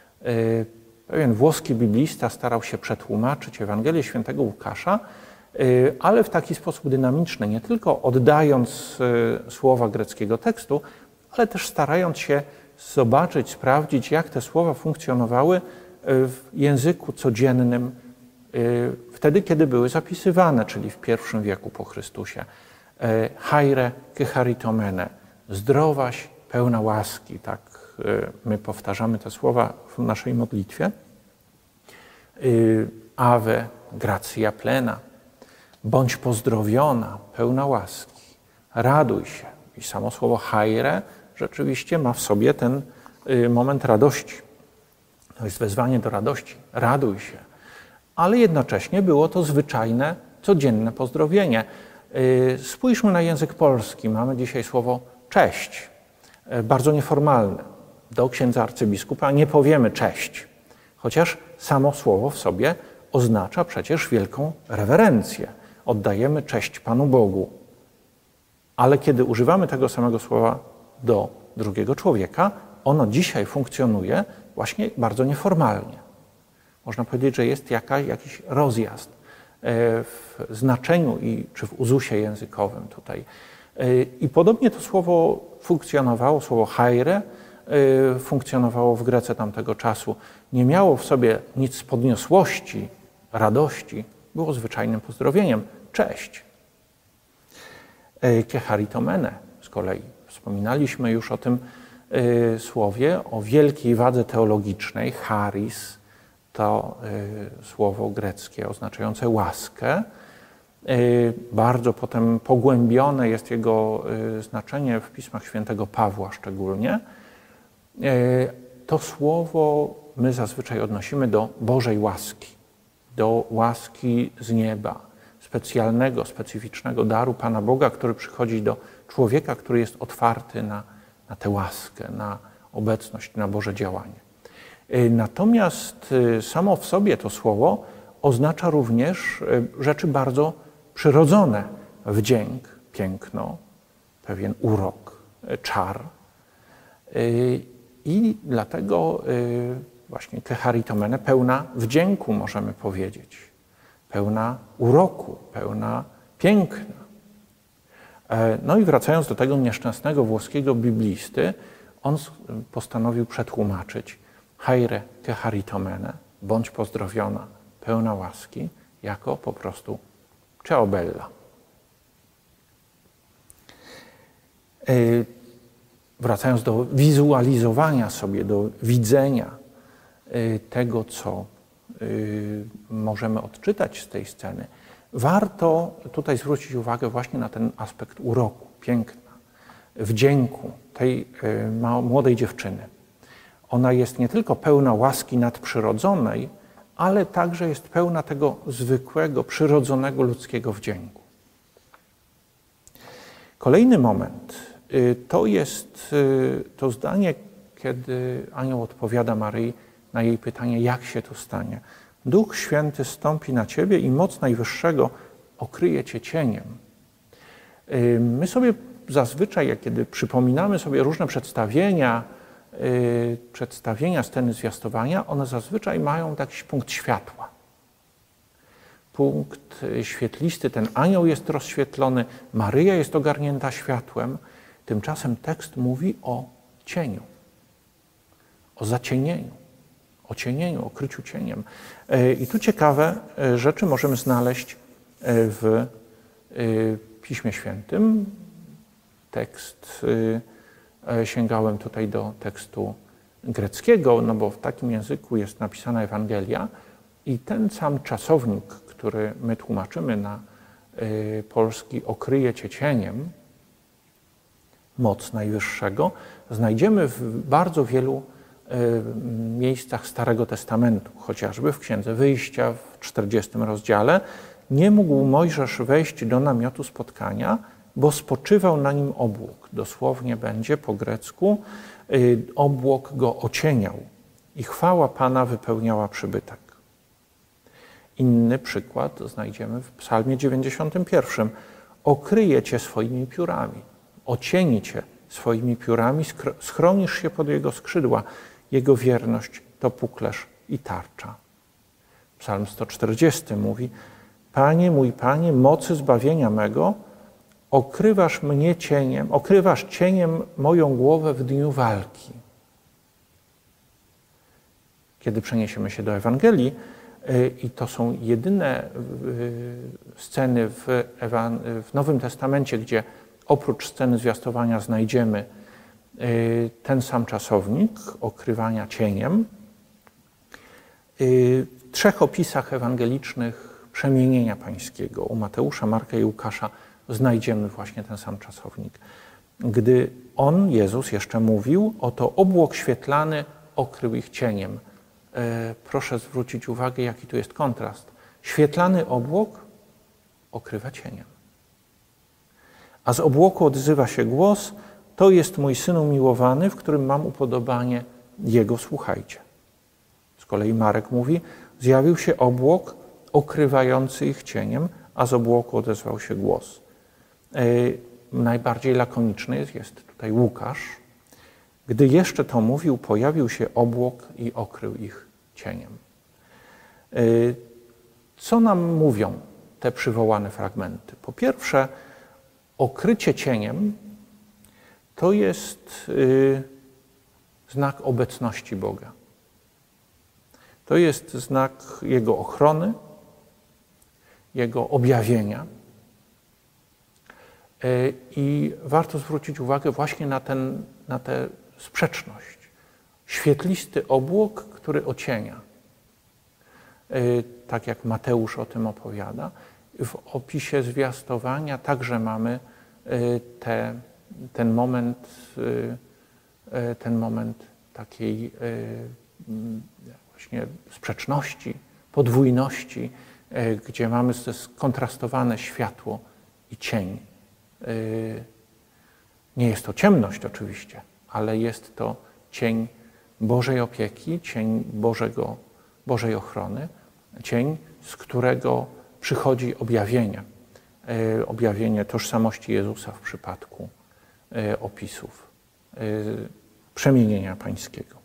S1: pewien włoski biblista starał się przetłumaczyć Ewangelię świętego Łukasza, ale w taki sposób dynamiczny, nie tylko oddając słowa greckiego tekstu, ale też starając się zobaczyć, sprawdzić, jak te słowa funkcjonowały w języku codziennym wtedy, kiedy były zapisywane, czyli w pierwszym wieku po Chrystusie. Haire kecharitomene, zdrowaś pełna łaski, tak my powtarzamy te słowa w naszej modlitwie. Ave gratia plena, bądź pozdrowiona, pełna łaski, raduj się. I samo słowo haire rzeczywiście ma w sobie ten moment radości. To jest wezwanie do radości, raduj się. Ale jednocześnie było to zwyczajne, codzienne pozdrowienie. Spójrzmy na język polski. Mamy dzisiaj słowo cześć, bardzo nieformalne. Do księdza arcybiskupa nie powiemy cześć, chociaż samo słowo w sobie oznacza przecież wielką rewerencję. Oddajemy cześć Panu Bogu. Ale kiedy używamy tego samego słowa do drugiego człowieka, ono dzisiaj funkcjonuje właśnie bardzo nieformalnie. Można powiedzieć, że jest jakaś, jakiś rozjazd w znaczeniu i, czy w uzusie językowym tutaj. I podobnie to słowo funkcjonowało, słowo chaire funkcjonowało w Grece tamtego czasu. Nie miało w sobie nic z podniosłości, radości, było zwyczajnym pozdrowieniem. Cześć. Kecharitomene z kolei. Wspominaliśmy już o tym słowie, o wielkiej wadze teologicznej. Charis to słowo greckie oznaczające łaskę. Bardzo potem pogłębione jest jego znaczenie w pismach świętego Pawła szczególnie. To słowo my zazwyczaj odnosimy do Bożej łaski, do łaski z nieba, specjalnego, specyficznego daru Pana Boga, który przychodzi do człowieka, który jest otwarty na, na tę łaskę, na obecność, na Boże działanie. Natomiast samo w sobie to słowo oznacza również rzeczy bardzo przyrodzone. Wdzięk, piękno, pewien urok, czar. I dlatego właśnie kecharitomene, pełna wdzięku możemy powiedzieć, pełna uroku, pełna piękna. No i wracając do tego nieszczęsnego włoskiego biblisty, on postanowił przetłumaczyć haire kecharitomene, bądź pozdrowiona, pełna łaski, jako po prostu ciao bella. Wracając do wizualizowania sobie, do widzenia tego, co możemy odczytać z tej sceny, warto tutaj zwrócić uwagę właśnie na ten aspekt uroku, piękna, wdzięku tej młodej dziewczyny. Ona jest nie tylko pełna łaski nadprzyrodzonej, ale także jest pełna tego zwykłego, przyrodzonego ludzkiego wdzięku. Kolejny moment to jest to zdanie, kiedy anioł odpowiada Maryi na jej pytanie, jak się to stanie. Duch Święty stąpi na ciebie i moc Najwyższego okryje cię cieniem. My sobie zazwyczaj, kiedy przypominamy sobie różne przedstawienia, przedstawienia sceny zwiastowania, one zazwyczaj mają jakiś punkt światła. Punkt świetlisty, ten anioł jest rozświetlony, Maryja jest ogarnięta światłem. Tymczasem tekst mówi o cieniu, o zacienieniu, o cienieniu, o kryciu cieniem. I tu ciekawe rzeczy możemy znaleźć w Piśmie Świętym. Tekst, sięgałem tutaj do tekstu greckiego, no bo w takim języku jest napisana Ewangelia i ten sam czasownik, który my tłumaczymy na polski, okryje cię cieniem, moc Najwyższego, znajdziemy w bardzo wielu miejscach Starego Testamentu, chociażby w Księdze Wyjścia w czterdziestym rozdziale. Nie mógł Mojżesz wejść do namiotu spotkania, bo spoczywał na nim obłok. Dosłownie będzie po grecku obłok go ocieniał i chwała Pana wypełniała przybytek. Inny przykład znajdziemy w Psalmie dziewięćdziesiątym pierwszym. Okryje cię swoimi piórami, ocieni cię swoimi piórami, schronisz się pod jego skrzydła. Jego wierność to puklerz i tarcza. Psalm sto czterdziesty mówi: Panie, mój Panie, mocy zbawienia mego, okrywasz mnie cieniem, okrywasz cieniem moją głowę w dniu walki. Kiedy przeniesiemy się do Ewangelii, i to są jedyne sceny w, Ewan- w Nowym Testamencie, gdzie oprócz sceny zwiastowania znajdziemy ten sam czasownik okrywania cieniem. W trzech opisach ewangelicznych przemienienia pańskiego u Mateusza, Marka i Łukasza znajdziemy właśnie ten sam czasownik. Gdy on, Jezus, jeszcze mówił, oto obłok świetlany okrył ich cieniem. Proszę zwrócić uwagę, jaki tu jest kontrast. Świetlany obłok okrywa cieniem. A z obłoku odzywa się głos: to jest mój Syn umiłowany, w którym mam upodobanie, Jego słuchajcie. Z kolei Marek mówi: zjawił się obłok okrywający ich cieniem, a z obłoku odezwał się głos. Yy, najbardziej lakoniczny jest, jest tutaj Łukasz. Gdy jeszcze to mówił, pojawił się obłok i okrył ich cieniem. Co nam mówią te przywołane fragmenty? Po pierwsze, okrycie cieniem to jest znak obecności Boga. To jest znak Jego ochrony, Jego objawienia. I warto zwrócić uwagę właśnie na, ten, na tę sprzeczność. Świetlisty obłok, który ocienia. Tak jak Mateusz o tym opowiada. W opisie zwiastowania także mamy te, ten moment, ten moment takiej właśnie sprzeczności, podwójności, gdzie mamy skontrastowane światło i cień. Nie jest to ciemność oczywiście, ale jest to cień Bożej opieki, cień Bożego, Bożej ochrony, cień, z którego przychodzi objawienie, objawienie tożsamości Jezusa w przypadku opisów przemienienia pańskiego.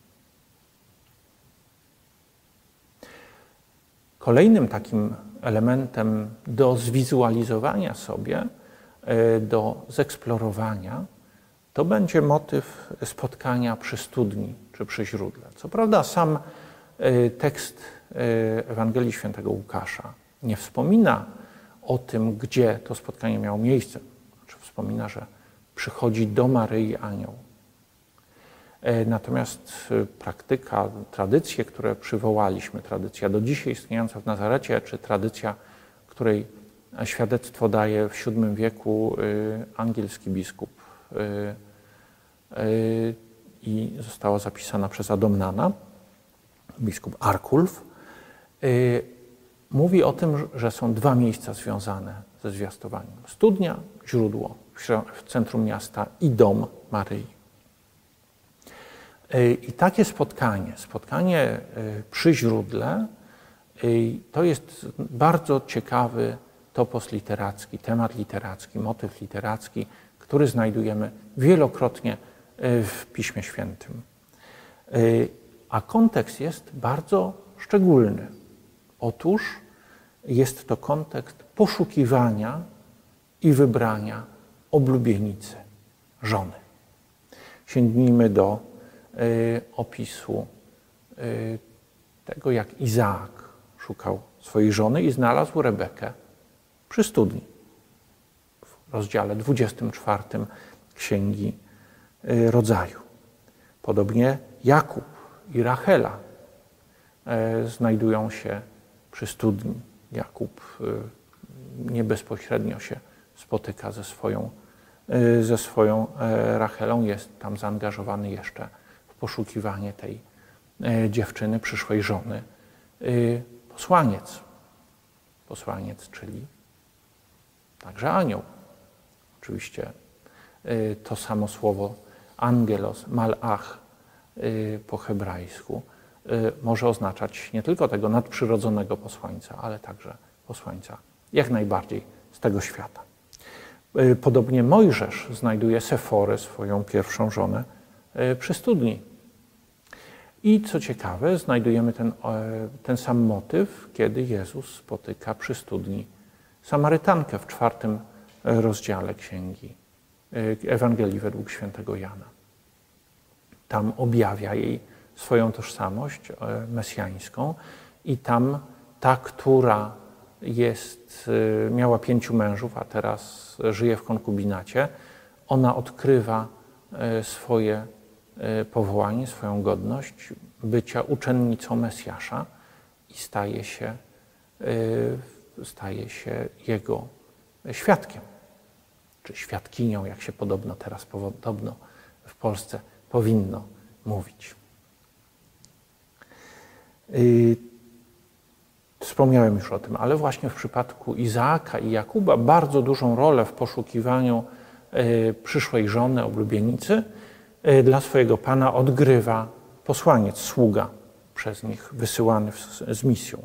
S1: Kolejnym takim elementem do zwizualizowania sobie, do zeksplorowania, to będzie motyw spotkania przy studni czy przy źródle. Co prawda sam tekst Ewangelii Świętego Łukasza nie wspomina o tym, gdzie to spotkanie miało miejsce. Znaczy wspomina, że przychodzi do Maryi anioł. Natomiast praktyka, tradycje, które przywołaliśmy, tradycja do dzisiaj istniejąca w Nazarecie, czy tradycja, której świadectwo daje w siódmym wieku angielski biskup i została zapisana przez Adomnana, biskup Arkulf, mówi o tym, że są dwa miejsca związane ze zwiastowaniem. Studnia, źródło w centrum miasta i dom Maryi. I takie spotkanie, spotkanie przy źródle, to jest bardzo ciekawy topos literacki, temat literacki, motyw literacki, który znajdujemy wielokrotnie w Piśmie Świętym. A kontekst jest bardzo szczególny. Otóż jest to kontekst poszukiwania i wybrania oblubienicy, żony. Sięgnijmy do y, opisu y, tego, jak Izaak szukał swojej żony i znalazł Rebekę przy studni. W rozdziale dwudziestym czwartym Księgi y, Rodzaju. Podobnie Jakub i Rachela y, znajdują się przy studni. Jakub y, nie bezpośrednio się spotyka ze swoją, y, ze swoją y, Rachelą, jest tam zaangażowany jeszcze w poszukiwanie tej y, dziewczyny, przyszłej żony. Y, posłaniec. Posłaniec, czyli także anioł. Oczywiście y, to samo słowo angelos, malach y, po hebrajsku y, może oznaczać nie tylko tego nadprzyrodzonego posłańca, ale także posłańca jak najbardziej z tego świata. Y, podobnie Mojżesz znajduje Seforę, swoją pierwszą żonę, y, przy studni. I co ciekawe, znajdujemy ten, ten sam motyw, kiedy Jezus spotyka przy studni Samarytankę w czwartym rozdziale Księgi Ewangelii według świętego Jana. Tam objawia jej swoją tożsamość mesjańską i tam ta, która jest, miała pięciu mężów, a teraz żyje w konkubinacie, ona odkrywa swoje powołanie, swoją godność bycia uczennicą Mesjasza i staje się, staje się jego świadkiem, czy świadkinią, jak się podobno teraz podobno w Polsce powinno mówić. Wspomniałem już o tym, ale właśnie w przypadku Izaaka i Jakuba bardzo dużą rolę w poszukiwaniu przyszłej żony, oblubienicy dla swojego Pana odgrywa posłaniec, sługa przez nich wysyłany z misją.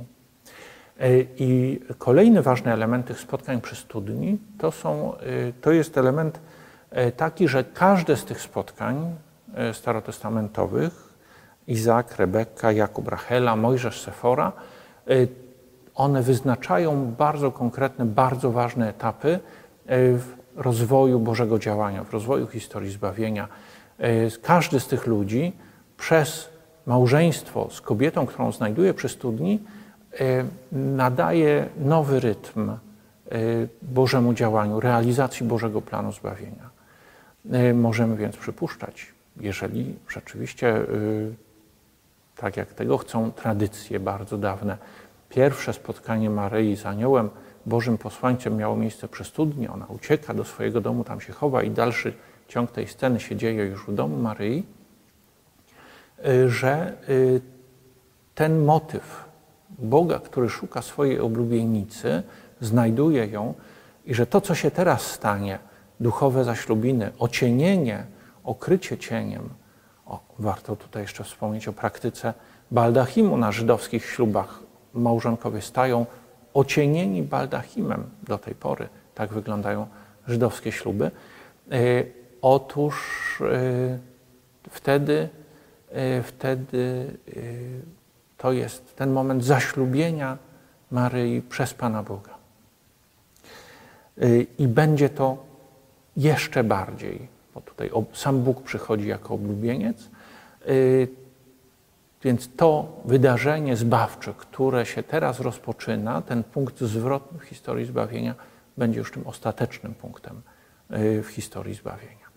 S1: I kolejny ważny element tych spotkań przy studni to, są, to jest element taki, że każde z tych spotkań starotestamentowych, Izaak, Rebeka, Jakub, Rachela, Mojżesz, Sefora, one wyznaczają bardzo konkretne, bardzo ważne etapy w rozwoju Bożego działania, w rozwoju historii zbawienia. Każdy z tych ludzi przez małżeństwo z kobietą, którą znajduje przy studni, nadaje nowy rytm Bożemu działaniu, realizacji Bożego planu zbawienia. Możemy więc przypuszczać, jeżeli rzeczywiście, tak jak tego chcą tradycje bardzo dawne, pierwsze spotkanie Maryi z aniołem, Bożym posłańcem miało miejsce przy studni, ona ucieka do swojego domu, tam się chowa i dalszy ciąg tej sceny się dzieje już w domu Maryi, że ten motyw Boga, który szuka swojej oblubieńnicy, znajduje ją i że to, co się teraz stanie, duchowe zaślubiny, ocienienie, okrycie cieniem, o, warto tutaj jeszcze wspomnieć o praktyce baldachimu na żydowskich ślubach. Małżonkowie stają ocienieni baldachimem do tej pory. Tak wyglądają żydowskie śluby. Y, otóż y, wtedy, y, wtedy y, to jest ten moment zaślubienia Maryi przez Pana Boga. Y, I będzie to jeszcze bardziej, bo tutaj sam Bóg przychodzi jako oblubieniec, y, więc to wydarzenie zbawcze, które się teraz rozpoczyna, ten punkt zwrotny w historii zbawienia, będzie już tym ostatecznym punktem w historii zbawienia.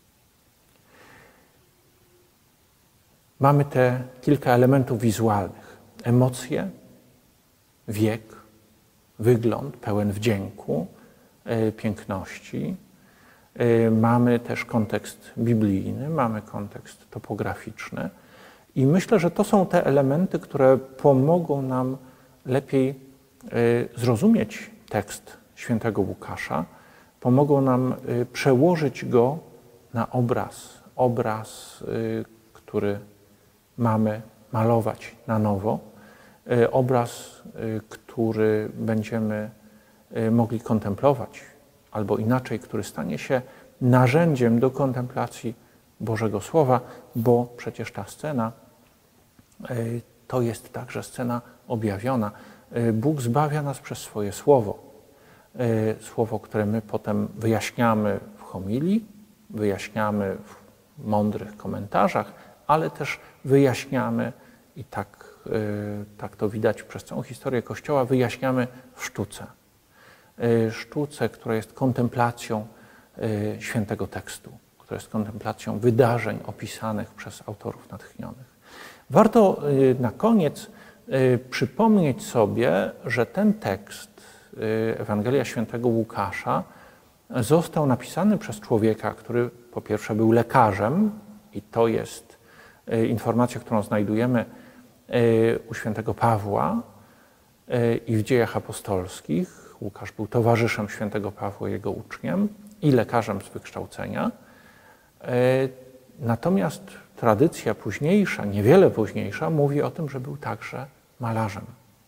S1: Mamy te kilka elementów wizualnych. Emocje, wiek, wygląd pełen wdzięku, piękności. Mamy też kontekst biblijny, mamy kontekst topograficzny. I myślę, że to są te elementy, które pomogą nam lepiej zrozumieć tekst świętego Łukasza, pomogą nam przełożyć go na obraz, obraz, który mamy malować na nowo, obraz, który będziemy mogli kontemplować, albo inaczej, który stanie się narzędziem do kontemplacji Bożego Słowa, bo przecież ta scena to jest także scena objawiona. Bóg zbawia nas przez swoje Słowo. Słowo, które my potem wyjaśniamy w homilii, wyjaśniamy w mądrych komentarzach, ale też wyjaśniamy, i tak, tak to widać przez całą historię Kościoła, wyjaśniamy w sztuce. Sztuce, która jest kontemplacją świętego tekstu, która jest kontemplacją wydarzeń opisanych przez autorów natchnionych. Warto na koniec przypomnieć sobie, że ten tekst, Ewangelia Świętego Łukasza, został napisany przez człowieka, który po pierwsze był lekarzem, i to jest informacja, którą znajdujemy u świętego Pawła i w Dziejach Apostolskich. Łukasz był towarzyszem świętego Pawła, jego uczniem i lekarzem z wykształcenia. Natomiast tradycja późniejsza, niewiele późniejsza, mówi o tym, że był także malarzem.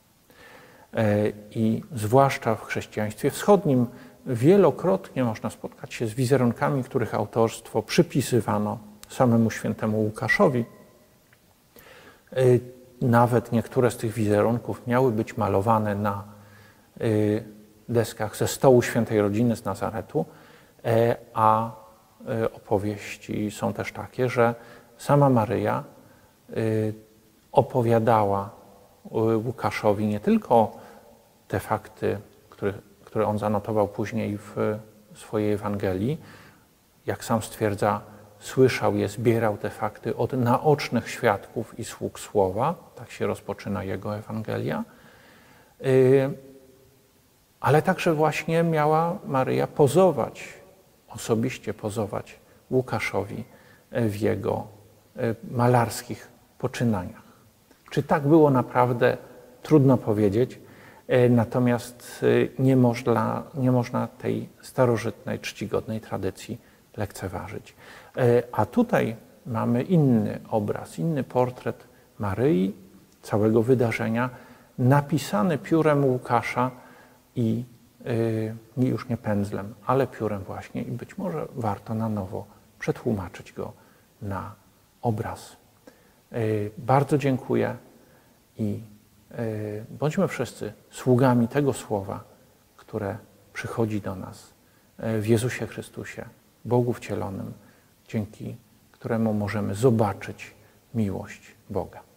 S1: I zwłaszcza w chrześcijaństwie wschodnim wielokrotnie można spotkać się z wizerunkami, których autorstwo przypisywano samemu świętemu Łukaszowi. Nawet niektóre z tych wizerunków miały być malowane na deskach ze stołu świętej rodziny z Nazaretu, a opowieści są też takie, że sama Maryja opowiadała Łukaszowi nie tylko te fakty, które, które on zanotował później w swojej Ewangelii, jak sam stwierdza, słyszał je, zbierał te fakty od naocznych świadków i sług słowa, tak się rozpoczyna jego Ewangelia, ale także właśnie miała Maryja pozować, osobiście pozować Łukaszowi w jego malarskich poczynaniach. Czy tak było naprawdę? Trudno powiedzieć, natomiast nie można, nie można tej starożytnej, czcigodnej tradycji lekceważyć. A tutaj mamy inny obraz, inny portret Maryi, całego wydarzenia, napisany piórem Łukasza i yy, już nie pędzlem, ale piórem właśnie, i być może warto na nowo przetłumaczyć go na obraz. Bardzo dziękuję i bądźmy wszyscy sługami tego słowa, które przychodzi do nas w Jezusie Chrystusie, Bogu wcielonym, dzięki któremu możemy zobaczyć miłość Boga.